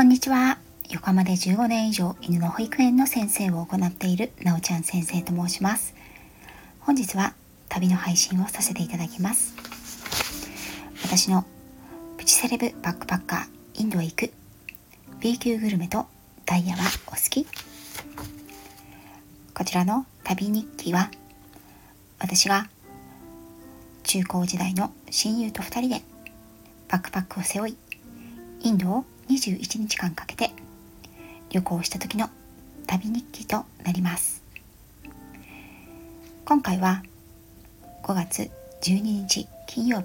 こんにちは。横浜で15年以上犬の保育園の先生を行っているなおちゃん先生と申します。本日は旅の配信をさせていただきます。私のプチセレブバックパッカーインドへ行く B 級グルメとダイヤはお好き？こちらの旅日記は私が中高時代の親友と2人でバックパックを背負いインドを21日間かけて旅行した時の旅日記となります。今回は5月12日金曜日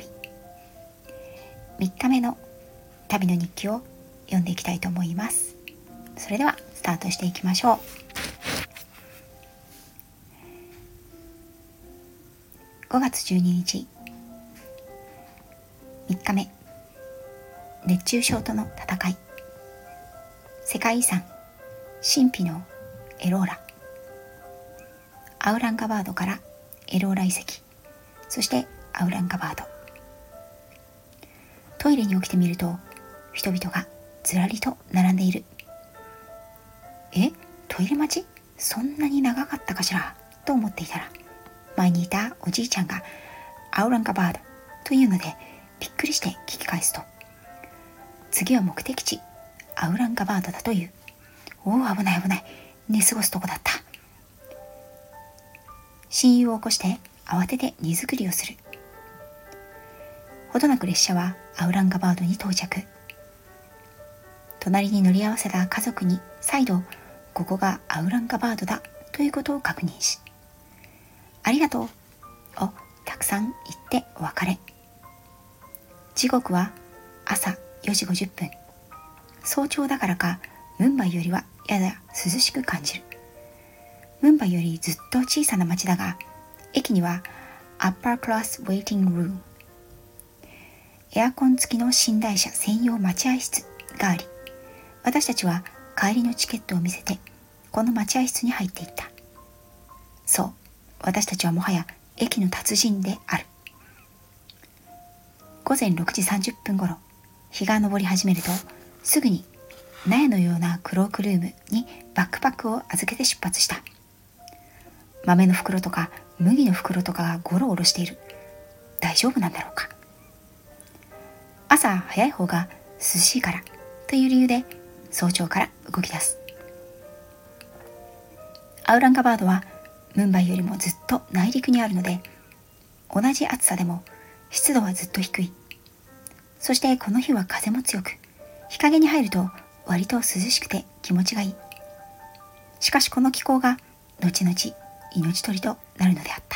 3日目の旅の日記を読んでいきたいと思います。それではスタートしていきましょう。5月12日3日目、熱中症との戦い。世界遺産神秘のエローラ、アウランガバードからエローラ遺跡、そしてアウランガバード。トイレに起きてみると人々がずらりと並んでいる。トイレ待ちそんなに長かったかしらと思っていたら、前にいたおじいちゃんがアウランガバードというのでびっくりして聞き返すと、次は目的地アウランガバードだという。危ない危ない、寝過ごすとこだった。親友を起こして慌てて荷造りをする。ほどなく列車はアウランガバードに到着。隣に乗り合わせた家族に再度ここがアウランガバードだということを確認し、ありがとうをたくさん言ってお別れ。時刻は朝4時50分。早朝だからかムンバイよりはやや涼しく感じる。ムンバイよりずっと小さな町だが、駅にはアッパークラスウェイティングルーム、エアコン付きの寝台車専用待合室があり、私たちは帰りのチケットを見せてこの待合室に入っていった。そう、私たちはもはや駅の達人である。午前6時30分頃、日が昇り始めるとすぐに苗のようなクロークルームにバックパックを預けて出発した。豆の袋とか麦の袋とかがゴロゴロしている。大丈夫なんだろうか。朝早い方が涼しいからという理由で早朝から動き出す。アウランガバードはムンバイよりもずっと内陸にあるので、同じ暑さでも湿度はずっと低い。そしてこの日は風も強く、日陰に入ると割と涼しくて気持ちがいい。しかしこの気候が後々命取りとなるのであった。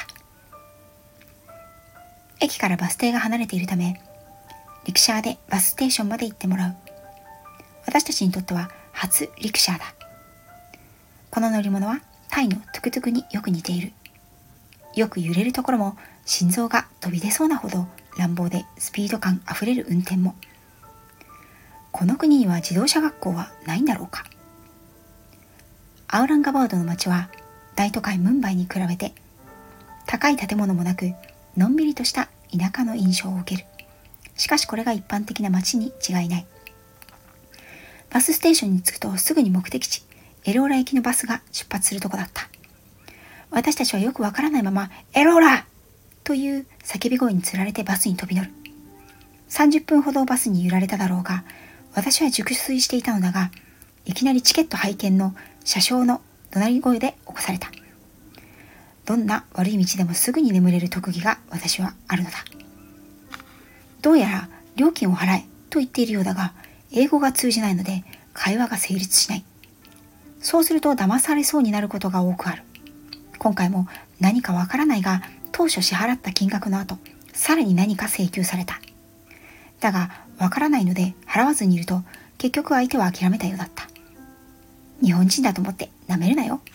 駅からバス停が離れているため、リクシャーでバスステーションまで行ってもらう。私たちにとっては初リクシャーだ。この乗り物はタイのトゥクトゥクによく似ている。よく揺れるところも心臓が飛び出そうなほど乱暴でスピード感あふれる運転も。この国には自動車学校はないんだろうか。アウランガバードの街は大都会ムンバイに比べて高い建物もなく、のんびりとした田舎の印象を受ける。しかしこれが一般的な街に違いない。バスステーションに着くとすぐに目的地エローラ行きのバスが出発するとこだった。私たちはよくわからないままエローラという叫び声につられてバスに飛び乗る。30分ほどバスに揺られただろうが、私は熟睡していたのだが、いきなりチケット拝見の車掌の怒鳴り声で起こされた。どんな悪い道でもすぐに眠れる特技が私はあるのだ。どうやら料金を払えと言っているようだが、英語が通じないので会話が成立しない。そうすると騙されそうになることが多くある。今回も何かわからないが、当初支払った金額の後、さらに何か請求された。だがわからないので払わずにいると、結局相手は諦めたようだった。日本人だと思って舐めるなよ。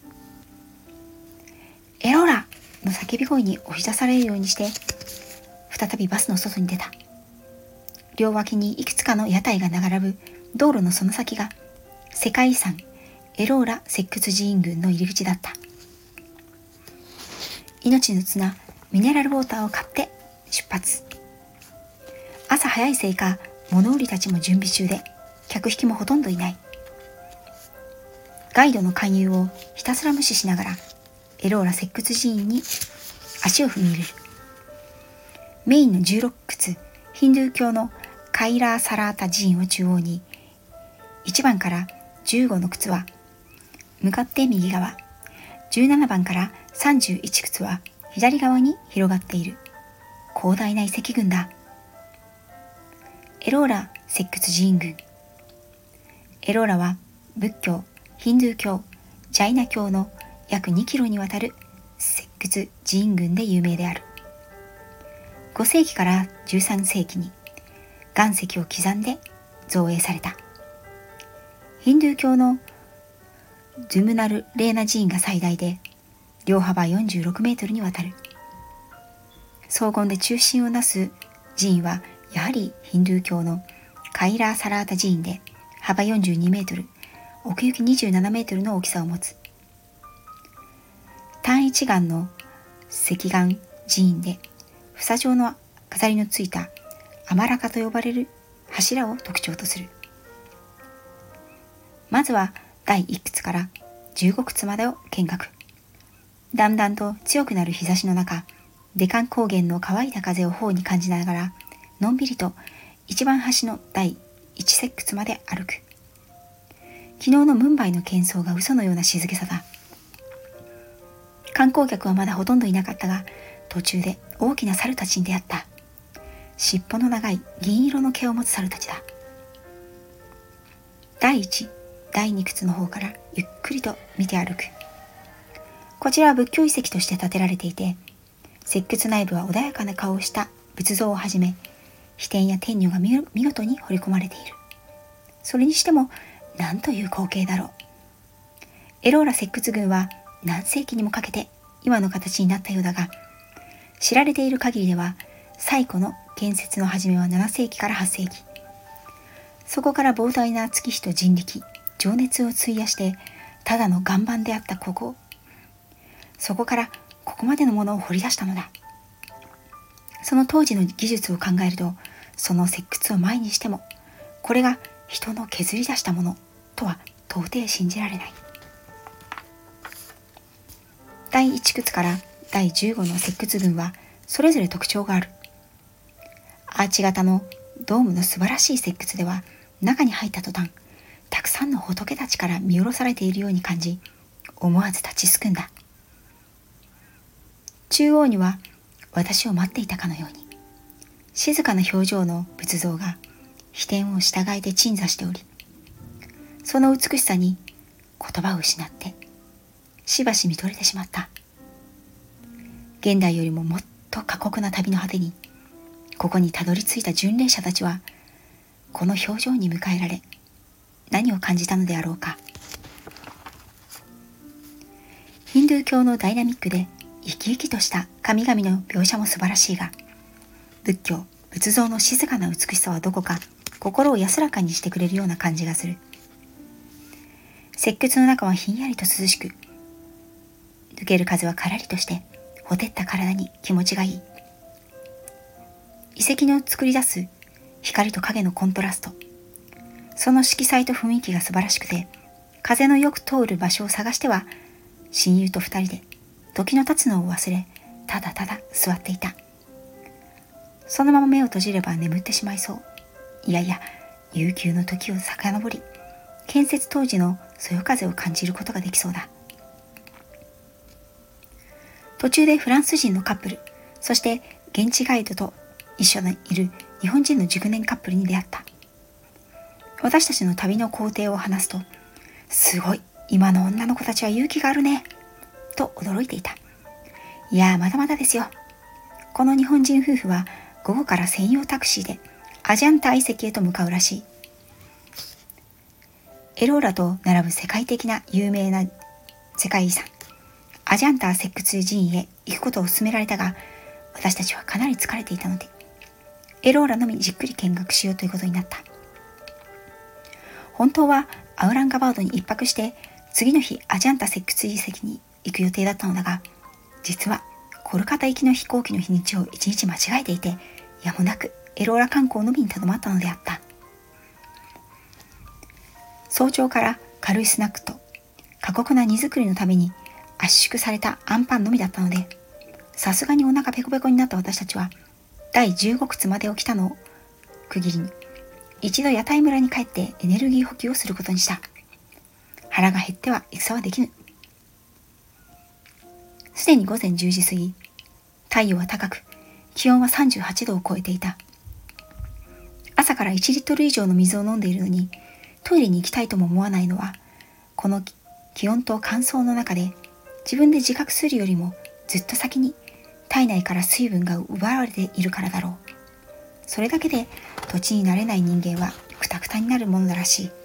エローラの叫び声に押し出されるようにして、再びバスの外に出た。両脇にいくつかの屋台が並ぶ道路のその先が世界遺産エローラ石窟寺院群の入り口だった。命の綱ミネラルウォーターを買って出発。朝早いせいか物売りたちも準備中で、 客引きもほとんどいない。ガイドの勧誘をひたすら無視しながらエローラ石窟寺院に足を踏み入れる。メインの16窟ヒンドゥー教のカイラーサラータ寺院を中央に、1番から15の窟は向かって右側、17番から31窟は左側に広がっている広大な遺跡群だ。エローラ石窟寺院群。エローラは仏教、ヒンドゥー教、ジャイナ教の約2キロにわたる石窟寺院群で有名である。5世紀から13世紀に岩石を刻んで造営された。ヒンドゥー教のドゥムナル・レーナ寺院が最大で、両幅46メートルにわたる。荘厳で中心をなす寺院はやはりヒンドゥー教のカイラーサラータ寺院で、幅42メートル、奥行き27メートルの大きさを持つ。単一岩の石岩寺院で、房状の飾りのついたアマラカと呼ばれる柱を特徴とする。まずは第1窟から15窟までを見学。だんだんと強くなる日差しの中、デカン高原の乾いた風を頬に感じながら、のんびりと一番端の第1石窟まで歩く。昨日のムンバイの喧騒が嘘のような静けさだ。観光客はまだほとんどいなかったが、途中で大きな猿たちに出会った。尻尾の長い銀色の毛を持つ猿たちだ。第1、第2窟の方からゆっくりと見て歩く。こちらは仏教遺跡として建てられていて、石窟内部は穏やかな顔をした仏像をはじめ、飛天や天女が見事に彫り込まれている。それにしても何という光景だろう。エローラ石窟群は何世紀にもかけて今の形になったようだが、知られている限りでは最古の建設の始めは7世紀から8世紀。そこから膨大な月日と人力、情熱を費やしてただの岩盤であったここ。そこからここまでのものを掘り出したのだ。その当時の技術を考えると、その石窟を前にしても、これが人の削り出したものとは到底信じられない。第1窟から第15の石窟群はそれぞれ特徴がある。アーチ型のドームの素晴らしい石窟では、中に入った途端、たくさんの仏たちから見下ろされているように感じ、思わず立ちすくんだ。中央には私を待っていたかのように、静かな表情の仏像が飛天を従えて鎮座しており、その美しさに言葉を失ってしばし見とれてしまった。現代よりももっと過酷な旅の果てに、ここにたどり着いた巡礼者たちは、この表情に迎えられ、何を感じたのであろうか。ヒンドゥー教のダイナミックで生き生きとした神々の描写も素晴らしいが、仏教、仏像の静かな美しさはどこか心を安らかにしてくれるような感じがする。石窟の中はひんやりと涼しく、抜ける風はからりとしてほてった体に気持ちがいい。遺跡の作り出す光と影のコントラスト、その色彩と雰囲気が素晴らしくて、風のよく通る場所を探しては親友と二人で時の経つのを忘れ、ただただ座っていた。そのまま目を閉じれば眠ってしまいそう。いやいや、悠久の時を遡り、建設当時のそよ風を感じることができそうだ。途中でフランス人のカップル、そして現地ガイドと一緒にいる日本人の熟年カップルに出会った。私たちの旅の工程を話すと、すごい、今の女の子たちは勇気があるね、と驚いていた。いや、まだまだですよ。この日本人夫婦は午後から専用タクシーでアジャンタ遺跡へと向かうらしい。エローラと並ぶ世界的な有名な世界遺産、アジャンタ石窟寺院へ行くことを勧められたが、私たちはかなり疲れていたので、エローラのみじっくり見学しようということになった。本当はアウランガバードに一泊して、次の日アジャンタ石窟遺跡に行く予定だったのだが、実はコルカタ行きの飛行機の日にちを一日間違えていて、やむなくエローラ観光のみにとどまったのであった。 早朝から軽いスナックと過酷な荷造りのために圧縮されたアンパンのみだったので、さすがにお腹ペコペコになった私たちは第15窟まで起きたのを区切りに一度屋台村に帰ってエネルギー補給をすることにした。腹が減っては戦はできぬ。すでに午前10時過ぎ、太陽は高く気温は38度を超えていた。朝から1リットル以上の水を飲んでいるのにトイレに行きたいとも思わないのは、この気温と乾燥の中で自分で自覚するよりもずっと先に体内から水分が奪われているからだろう。それだけで土地に慣れない人間はクタクタになるものだらしい。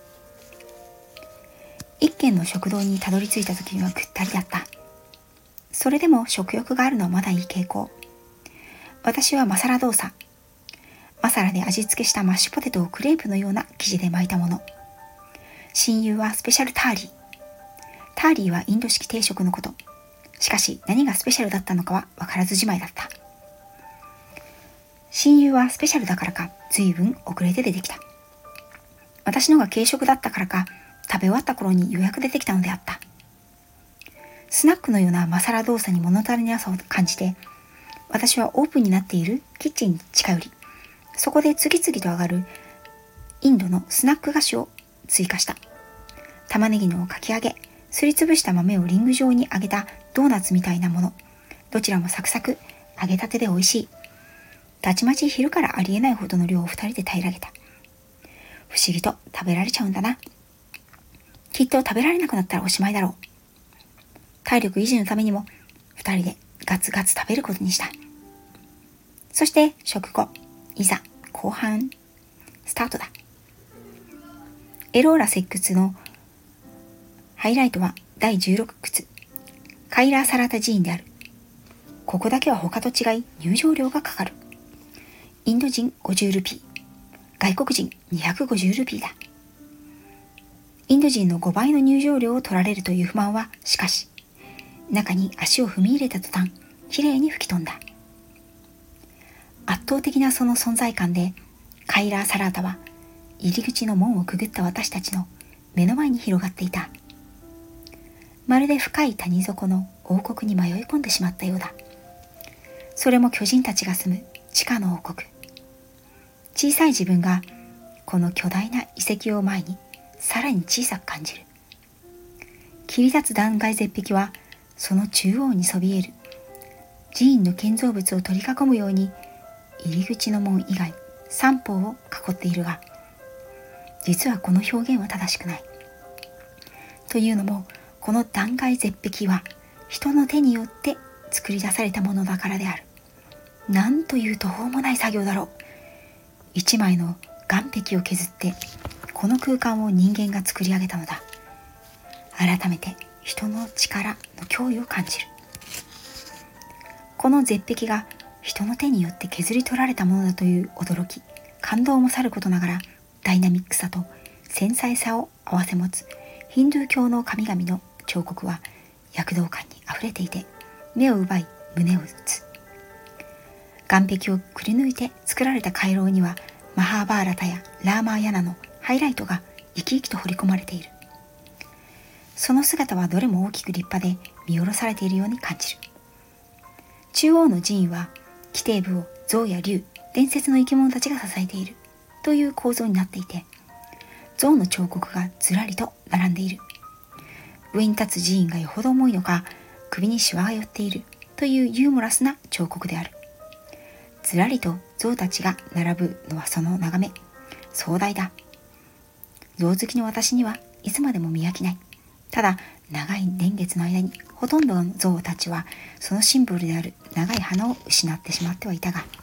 一軒の食堂にたどり着いた時にはぐったりだった。それでも食欲があるのはまだいい傾向。私はマサラドーサ。マサラで味付けしたマッシュポテトをクレープのような生地で巻いたもの。親友はスペシャルターリー。ターリーはインド式定食のこと。しかし何がスペシャルだったのかは分からずじまいだった。親友はスペシャルだからか随分遅れて出てきた。私のが軽食だったからか食べ終わった頃にようやく出てきたのであった。スナックのようなマサラ動作に物足りなさを感じて、私はオープンになっているキッチンに近寄り、そこで次々と上がるインドのスナック菓子を追加した。玉ねぎのかき揚げ、すりつぶした豆をリング状に揚げたドーナツみたいなもの。どちらもサクサク、揚げたてで美味しい。たちまち昼からありえないほどの量を二人で平らげた。不思議と食べられちゃうんだな。きっと食べられなくなったらおしまいだろう。体力維持のためにも二人でガツガツ食べることにした。そして食後、いざ後半スタートだ。エローラ石窟のハイライトは第16窟、カイラーサラタ寺院である。ここだけは他と違い入場料がかかる。インド人50ルピー、外国人250ルピーだ。インド人の5倍の入場料を取られるという不満はしかし、中に足を踏み入れた途端、きれいに吹き飛んだ。圧倒的なその存在感で、カイラーサラータは入り口の門をくぐった私たちの目の前に広がっていた。まるで深い谷底の王国に迷い込んでしまったようだ。それも巨人たちが住む地下の王国。小さい自分がこの巨大な遺跡を前にさらに小さく感じる。切り立つ断崖絶壁はその中央にそびえる寺院の建造物を取り囲むように入り口の門以外三方を囲っているが、実はこの表現は正しくない。というのも、この断崖絶壁は人の手によって作り出されたものだからである。なんという途方もない作業だろう。一枚の岩壁を削ってこの空間を人間が作り上げたのだ。改めて人の力の脅威を感じる。この絶壁が人の手によって削り取られたものだという驚き、感動もさることながら、ダイナミックさと繊細さを併せ持つヒンドゥー教の神々の彫刻は躍動感にあふれていて、目を奪い胸を打つ。岩壁をくり抜いて作られた回廊にはマハーバーラタやラーマーヤナのハイライトが生き生きと彫り込まれている。その姿はどれも大きく立派で見下ろされているように感じる。中央の寺院は基底部を象や竜、伝説の生き物たちが支えているという構造になっていて、象の彫刻がずらりと並んでいる。上に立つ寺院がよほど重いのか、首にシワが寄っているというユーモラスな彫刻である。ずらりと象たちが並ぶのはその眺め、壮大だ。象好きの私にはいつまでも見飽きない。ただ、長い年月の間にほとんどの象たちはそのシンボルである長い鼻を失ってしまってはいたが、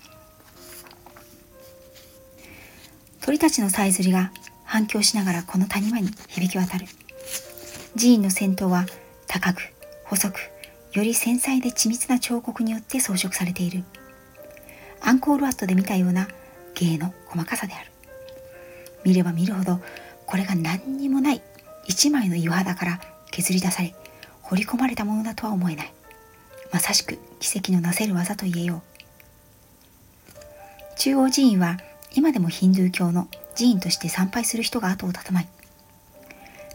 鳥たちのさえずりが反響しながらこの谷間に響き渡る。寺院の先頭は高く細く、より繊細で緻密な彫刻によって装飾されている。アンコールワットで見たような芸の細かさである。見れば見るほど、これが何にもない一枚の岩肌から削り出され彫り込まれたものだとは思えない。まさしく奇跡のなせる技と言えよう。中央寺院は今でもヒンドゥー教の寺院として参拝する人が後を絶たない。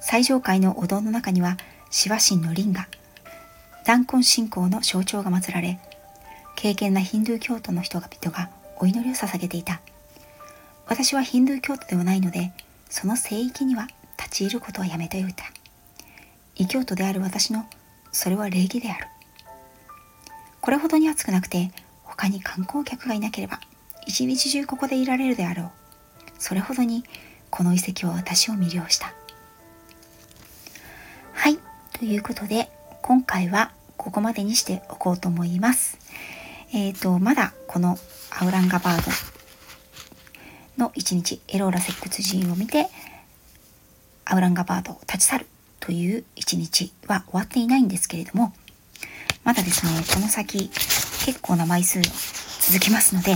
最上階のお堂の中にはシワ神のリンガ、弾痕信仰の象徴が祀られ、敬虔なヒンドゥー教徒の人々がお祈りを捧げていた。私はヒンドゥー教徒ではないので、その聖域には立ち入ることはやめておいた。異教徒である私のそれは礼儀である。これほどに暑くなくて、他に観光客がいなければ一日中ここでいられるであろう。それほどにこの遺跡は私を魅了した。はい、ということで今回はここまでにしておこうと思います。まだこのアウランガバードの一日、エローラ石窟寺院を見てアウランガバードを立ち去るという一日は終わっていないんですけれども、まだですね、この先結構な枚数続きますので、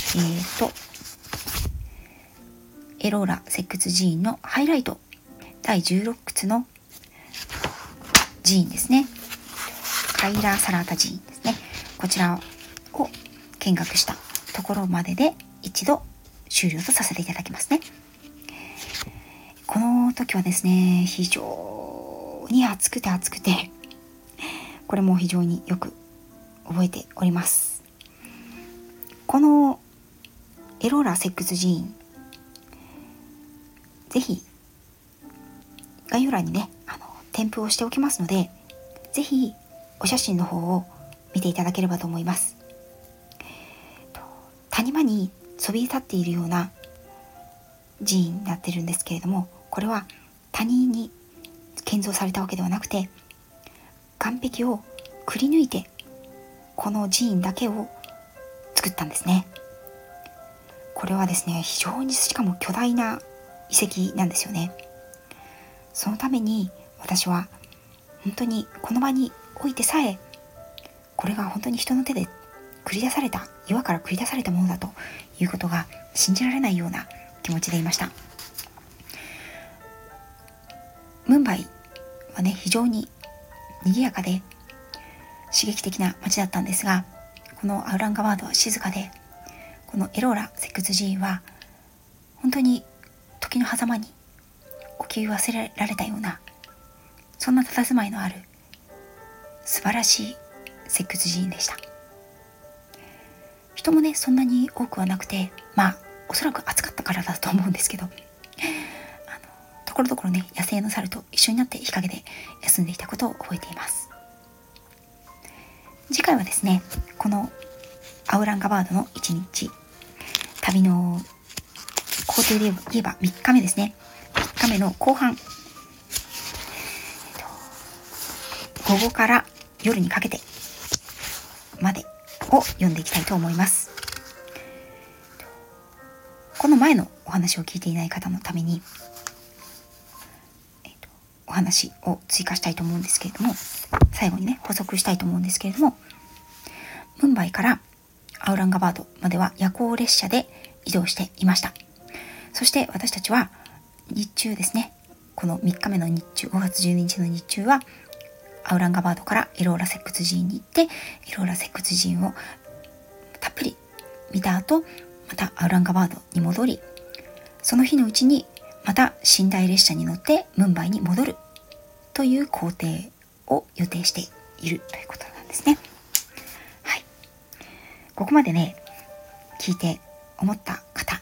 エローラ石窟寺院のハイライト第16窟の寺院ですね、カイラーサラータ寺院ですね、こちらを見学したところまでで一度終了とさせていただきますね。この時はですね、非常に暑くてこれも非常によく覚えております。このエローラ石窟寺院、ぜひ概要欄にね添付をしておきますので、ぜひお写真の方を見ていただければと思います。谷間にそびえ立っているような寺院になってるんですけれども、これは谷に建造されたわけではなくて、岸壁をくり抜いてこの寺院だけを作ったんですね。これはですね、非常にしかも巨大な遺跡なんですよね。そのために私は本当にこの場においてさえ、これが本当に人の手で繰り出された、岩から繰り出されたものだということが信じられないような気持ちでいました。ムンバイはね、非常に賑やかで刺激的な街だったんですが、このアウランガバードは静かで、このエローラ石窟寺院は本当に時の狭間に置き忘れられたような、そんな佇まいのある素晴らしい石窟寺院でした。人もねそんなに多くはなくて、おそらく暑かったからだと思うんですけど、ところどころね野生の猿と一緒になって日陰で休んでいたことを覚えています。次回はですね、このアウランガバードの一日、旅の工程で言えば3日目ですね。3日目の後半、午後から夜にかけてまでを読んでいきたいと思います。この前のお話を聞いていない方のために、お話を追加したいと思うんですけれども、最後にね補足したいと思うんですけれども、ムンバイからアウランガバードまでは夜行列車で移動していました。そして私たちは日中ですね、この3日目の日中、5月12日の日中はアウランガバードからエローラ石窟寺院に行って、エローラ石窟寺院をたっぷり見た後、またアウランガバードに戻り、その日のうちにまた寝台列車に乗ってムンバイに戻るという行程を予定しているということなんですね。はい、ここまでね聞いて思った方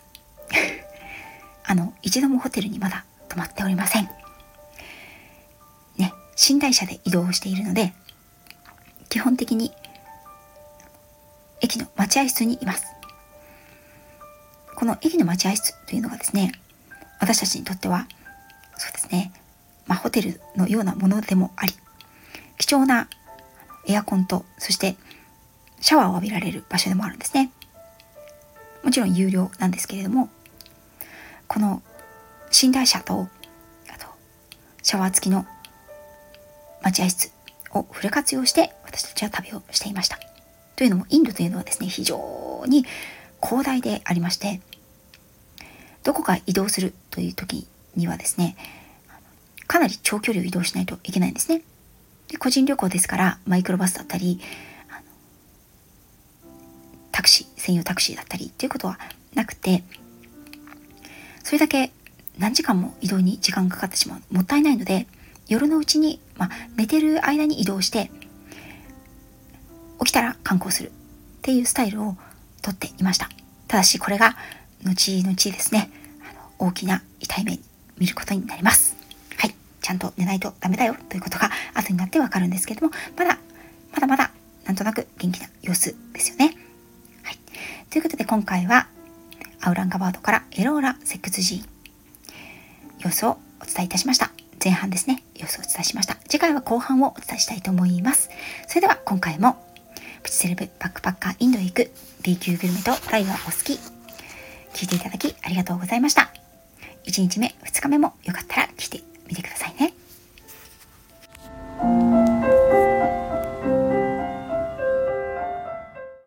一度もホテルにまだ泊まっておりませんね。寝台車で移動しているので、基本的に駅の待合室にいます。この駅の待合室というのがですね、私たちにとってはそうですね、ホテルのようなものでもあり、貴重なエアコンと、そしてシャワーを浴びられる場所でもあるんですね。もちろん有料なんですけれども、この寝台車とあとシャワー付きの待合室をフル活用して私たちは旅をしていました。というのも、インドというのはですね、非常に広大でありまして、どこか移動するという時にはですね、かなり長距離を移動しないといけないんですね。で、個人旅行ですからマイクロバスだったりタクシー、専用タクシーだったりということはなくて、それだけ何時間も移動に時間がかかってしまう、もったいないので、夜のうちに、寝てる間に移動して起きたら観光するっていうスタイルをとっていました。ただしこれが後々ですね、大きな痛い目見ることになります。はい、ちゃんと寝ないとダメだよということが後になってわかるんですけれども、まだなんとなく元気な様子ですよね。はい、ということで今回はアウランガバードからエローラセックス寺院様子をお伝えいたしました。前半ですね、様子をお伝えしました。次回は後半をお伝えしたいと思います。それでは今回もプチセレブバックパッカーインドへ行く B 級グルメとライがお好き、聞いていただきありがとうございました。1日目2日目もよかったら来てみてくださいね。